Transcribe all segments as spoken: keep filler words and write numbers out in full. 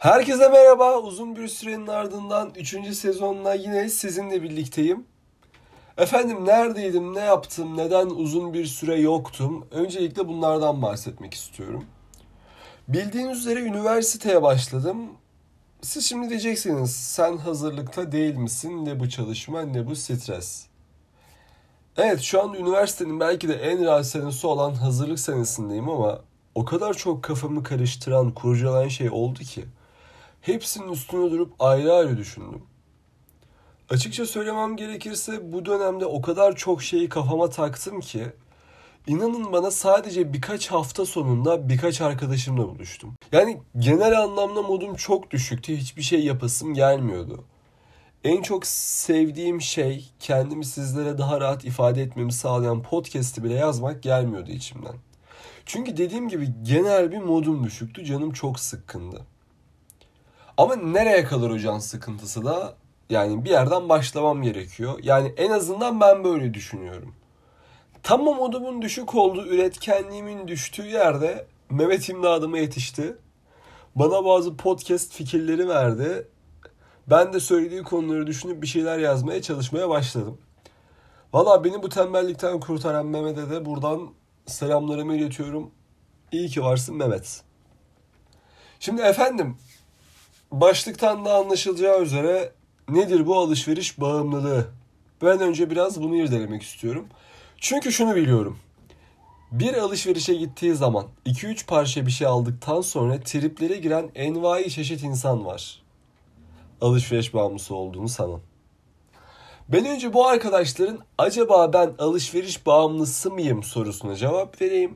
Herkese merhaba. Uzun bir sürenin ardından üçüncü sezonla yine sizinle birlikteyim. Efendim neredeydim, ne yaptım, neden uzun bir süre yoktum? Öncelikle bunlardan bahsetmek istiyorum. Bildiğiniz üzere üniversiteye başladım. Siz şimdi diyeceksiniz, sen hazırlıkta değil misin? Ne bu çalışma, ne bu stres. Evet, şu an üniversitenin belki de en rahat senesi olan hazırlık senesindeyim ama o kadar çok kafamı karıştıran, kurcalayan şey oldu ki. Hepsinin üstüne durup ayrı ayrı düşündüm. Açıkça söylemem gerekirse bu dönemde o kadar çok şeyi kafama taktım ki inanın bana sadece birkaç hafta sonunda birkaç arkadaşımla buluştum. Yani genel anlamda modum çok düşüktü. Hiçbir şey yapasım gelmiyordu. En çok sevdiğim şey kendimi sizlere daha rahat ifade etmemi sağlayan podcast'i bile yazmak gelmiyordu içimden. Çünkü dediğim gibi genel bir modum düşüktü. Canım çok sıkkındı. Ama nereye kadar o can sıkıntısı da yani bir yerden başlamam gerekiyor. Yani en azından ben böyle düşünüyorum. Tamam modumun düşük olduğu, üretkenliğimin düştüğü yerde Mehmet imdadıma yetişti. Bana bazı podcast fikirleri verdi. Ben de söylediği konuları düşünüp bir şeyler yazmaya çalışmaya başladım. Valla beni bu tembellikten kurtaran Mehmet'e de buradan selamlarımı iletiyorum. İyi ki varsın Mehmet. Şimdi efendim, başlıktan da anlaşılacağı üzere nedir bu alışveriş bağımlılığı? Ben önce biraz bunu irdelemek istiyorum. Çünkü şunu biliyorum. Bir alışverişe gittiği zaman iki üç parça bir şey aldıktan sonra triplere giren envai çeşit insan var. Alışveriş bağımlısı olduğunu sanan. Ben önce bu arkadaşların acaba ben alışveriş bağımlısı mıyım sorusuna cevap vereyim.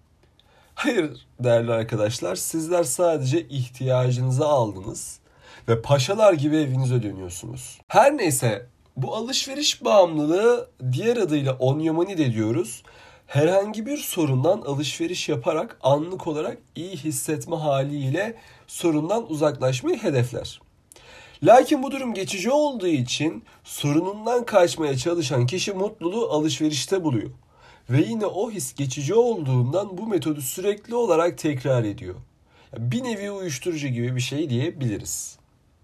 Hayır değerli arkadaşlar, sizler sadece ihtiyacınızı aldınız ve paşalar gibi evinize dönüyorsunuz. Her neyse, bu alışveriş bağımlılığı, diğer adıyla onyomani de diyoruz. Herhangi bir sorundan alışveriş yaparak anlık olarak iyi hissetme haliyle sorundan uzaklaşmayı hedefler. Lakin bu durum geçici olduğu için sorunundan kaçmaya çalışan kişi mutluluğu alışverişte buluyor. Ve yine o his geçici olduğundan bu metodu sürekli olarak tekrar ediyor. Bir nevi uyuşturucu gibi bir şey diyebiliriz.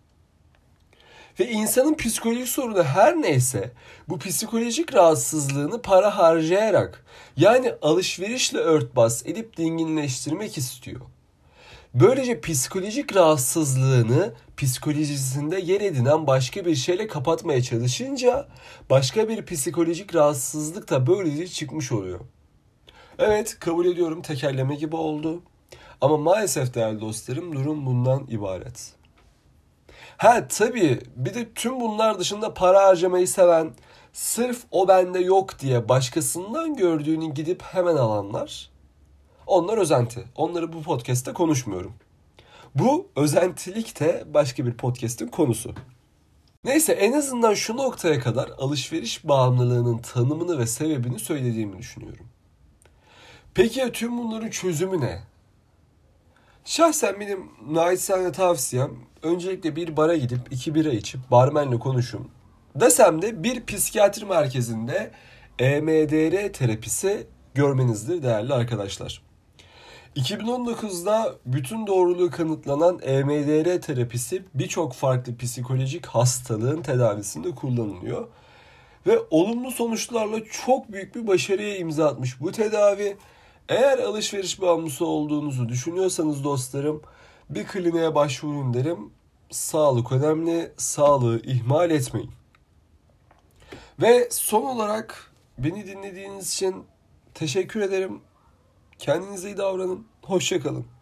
Ve insanın psikolojik sorunu her neyse bu psikolojik rahatsızlığını para harcayarak, yani alışverişle örtbas edip dinginleştirmek istiyor. Böylece psikolojik rahatsızlığını psikolojisinde yer edinen başka bir şeyle kapatmaya çalışınca başka bir psikolojik rahatsızlık da böylece çıkmış oluyor. Evet, kabul ediyorum, tekerleme gibi oldu. Ama maalesef değerli dostlarım, durum bundan ibaret. Ha tabii, bir de tüm bunlar dışında para harcamayı seven, sırf o bende yok diye başkasından gördüğünü gidip hemen alanlar, onlar özenti. Onları bu podcast'te konuşmuyorum. Bu özentilik de başka bir podcast'in konusu. Neyse, en azından şu noktaya kadar alışveriş bağımlılığının tanımını ve sebebini söylediğimi düşünüyorum. Peki ya tüm bunların çözümü ne? Şahsen benim naçizane tavsiyem öncelikle bir bara gidip iki bira içip barmenle konuşun. Desem de bir psikiyatri merkezinde E M D R terapisi görmenizdir değerli arkadaşlar. iki bin on dokuzda bütün doğruluğu kanıtlanan E M D R terapisi birçok farklı psikolojik hastalığın tedavisinde kullanılıyor. Ve olumlu sonuçlarla çok büyük bir başarıya imza atmış bu tedavi. Eğer alışveriş bağımlısı olduğunuzu düşünüyorsanız dostlarım, bir kliniğe başvurun derim. Sağlık önemli, sağlığı ihmal etmeyin. Ve son olarak beni dinlediğiniz için teşekkür ederim. Kendinize iyi davranın. Hoşça kalın.